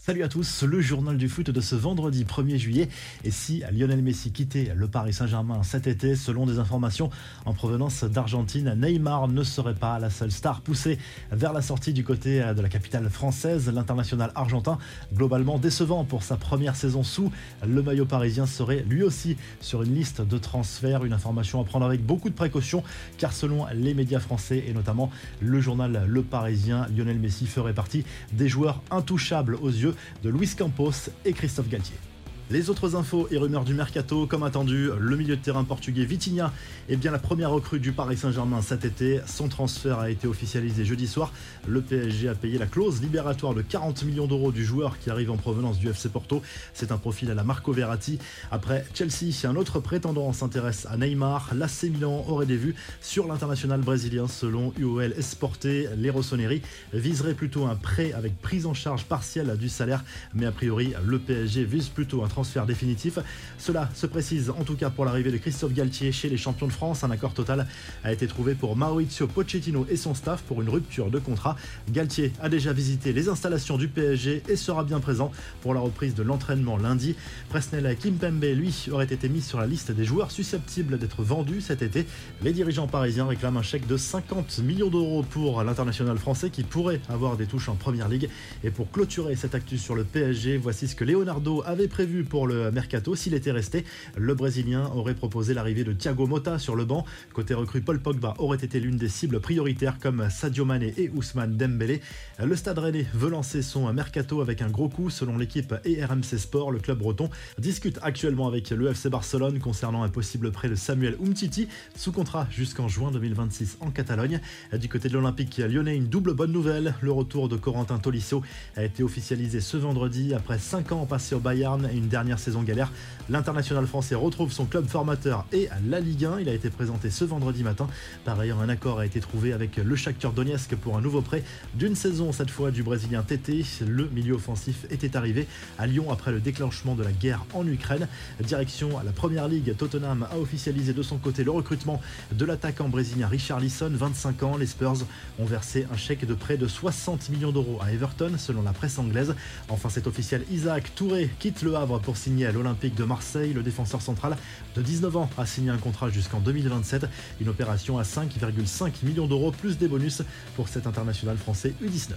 Salut à tous, le journal du foot de ce vendredi 1er juillet. Et si Lionel Messi quittait le Paris Saint-Germain cet été, selon des informations en provenance d'Argentine, Neymar ne serait pas la seule star poussée vers la sortie du côté de la capitale française. L'international argentin, globalement décevant pour sa première saison sous le maillot parisien, serait lui aussi sur une liste de transferts. Une information à prendre avec beaucoup de précautions, car selon les médias français et notamment le journal Le Parisien, Lionel Messi ferait partie des joueurs intouchables aux yeux de Luis Campos et Christophe Galtier. Les autres infos et rumeurs du mercato, comme attendu, le milieu de terrain portugais Vitinha est bien la première recrue du Paris Saint-Germain cet été. Son transfert a été officialisé jeudi soir. Le PSG a payé la clause libératoire de 40 millions d'euros du joueur qui arrive en provenance du FC Porto. C'est un profil à la Marco Verratti. Après Chelsea, un autre prétendant s'intéresse à Neymar. L'AC Milan aurait des vues sur l'international brésilien. Selon UOL Esporte, les Rossoneri viserait plutôt un prêt avec prise en charge partielle du salaire. Mais a priori, le PSG vise plutôt un transfert définitif. Cela se précise en tout cas pour l'arrivée de Christophe Galtier chez les champions de France. Un accord total a été trouvé pour Mauricio Pochettino et son staff pour une rupture de contrat. Galtier a déjà visité les installations du PSG et sera bien présent pour la reprise de l'entraînement lundi. Presnel Kimpembe, lui, aurait été mis sur la liste des joueurs susceptibles d'être vendus cet été. Les dirigeants parisiens réclament un chèque de 50 millions d'euros pour l'international français qui pourrait avoir des touches en première ligue. Et pour clôturer cette actu sur le PSG, voici ce que Leonardo avait prévu pour le mercato. S'il était resté, le Brésilien aurait proposé l'arrivée de Thiago Motta sur le banc. Côté recrue, Paul Pogba aurait été l'une des cibles prioritaires comme Sadio Mané et Ousmane Dembélé. Le Stade Rennais veut lancer son mercato avec un gros coup selon l'équipe et RMC Sport. Le club breton discute actuellement avec le FC Barcelone concernant un possible prêt de Samuel Umtiti sous contrat jusqu'en juin 2026 en Catalogne. Du côté de l'Olympique lyonnais, une double bonne nouvelle. Le retour de Corentin Tolisso a été officialisé ce vendredi après 5 ans passés au Bayern et une dernière saison galère. L'international français retrouve son club formateur et la Ligue 1. Il a été présenté ce vendredi matin. Par ailleurs, un accord a été trouvé avec le Shakhtar Donetsk pour un nouveau prêt d'une saison, cette fois du Brésilien Tété. Le milieu offensif était arrivé à Lyon après le déclenchement de la guerre en Ukraine. Direction à la Première Ligue, Tottenham a officialisé de son côté le recrutement de l'attaquant brésilien Richarlison, 25 ans. Les Spurs ont versé un chèque de près de 60 millions d'euros à Everton, selon la presse anglaise. Enfin, c'est officiel, Isaac Touré quitte le Havre pour signer à l'Olympique de Marseille. Le défenseur central de 19 ans a signé un contrat jusqu'en 2027. Une opération à 5,5 millions d'euros plus des bonus pour cet international français U19.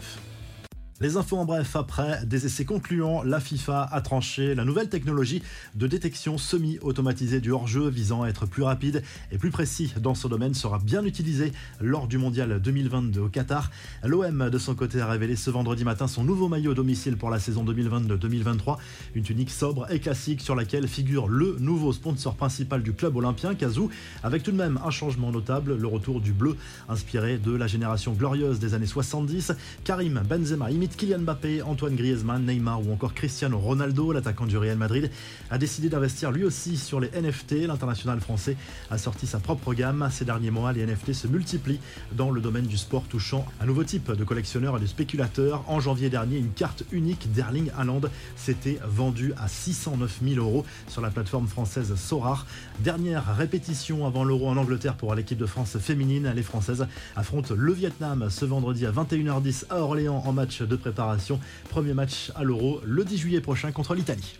Les infos en bref, après des essais concluants, la FIFA a tranché. La nouvelle technologie de détection semi-automatisée du hors-jeu visant à être plus rapide et plus précis dans ce domaine sera bien utilisée lors du mondial 2022 au Qatar. L'OM de son côté a révélé ce vendredi matin son nouveau maillot domicile pour la saison 2022-2023. Une tunique sobre et classique sur laquelle figure le nouveau sponsor principal du club olympien, Cazoo, avec tout de même un changement notable, le retour du bleu inspiré de la génération glorieuse des années 70. Karim Benzema imite Kylian Mbappé, Antoine Griezmann, Neymar ou encore Cristiano Ronaldo. L'attaquant du Real Madrid a décidé d'investir lui aussi sur les NFT. L'international français a sorti sa propre gamme. Ces derniers mois, les NFT se multiplient dans le domaine du sport, touchant un nouveau type de collectionneurs et de spéculateurs. En janvier dernier, une carte unique d'Erling Haaland s'était vendue à 609 000 euros sur la plateforme française Sorare. Dernière répétition avant l'Euro en Angleterre pour l'équipe de France féminine. Les Françaises affrontent le Vietnam ce vendredi à 21h10 à Orléans en match de préparation. Premier match à l'Euro le 10 juillet prochain contre l'Italie.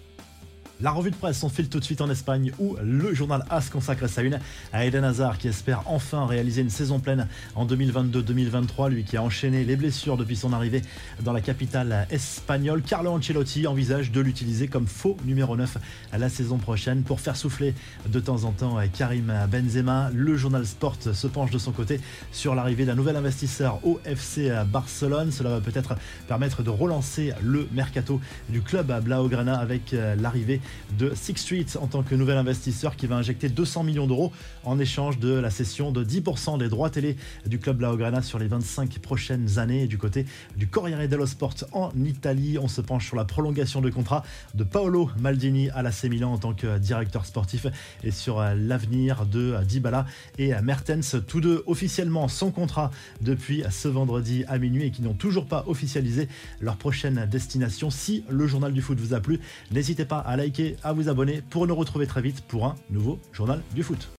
La revue de presse, on file tout de suite en Espagne où le journal AS consacre sa une à Eden Hazard qui espère enfin réaliser une saison pleine en 2022-2023. Lui qui a enchaîné les blessures depuis son arrivée dans la capitale espagnole. Carlo Ancelotti envisage de l'utiliser comme faux numéro 9 à la saison prochaine pour faire souffler de temps en temps Karim Benzema. Le journal Sport se penche de son côté sur l'arrivée d'un nouvel investisseur au FC Barcelone. Cela va peut-être permettre de relancer le mercato du club Blaugrana avec l'arrivée de Sixth Street en tant que nouvel investisseur qui va injecter 200 millions d'euros en échange de la cession de 10% des droits télé du club Blaugrana sur les 25 prochaines années. Et du côté du Corriere dello Sport en Italie, on se penche sur la prolongation de contrat de Paolo Maldini à l'AC Milan en tant que directeur sportif et sur l'avenir de Dybala et Mertens, tous deux officiellement sans contrat depuis ce vendredi à minuit et qui n'ont toujours pas officialisé leur prochaine destination. Si le journal du foot vous a plu, n'hésitez pas à liker, à vous abonner pour nous retrouver très vite pour un nouveau journal du foot.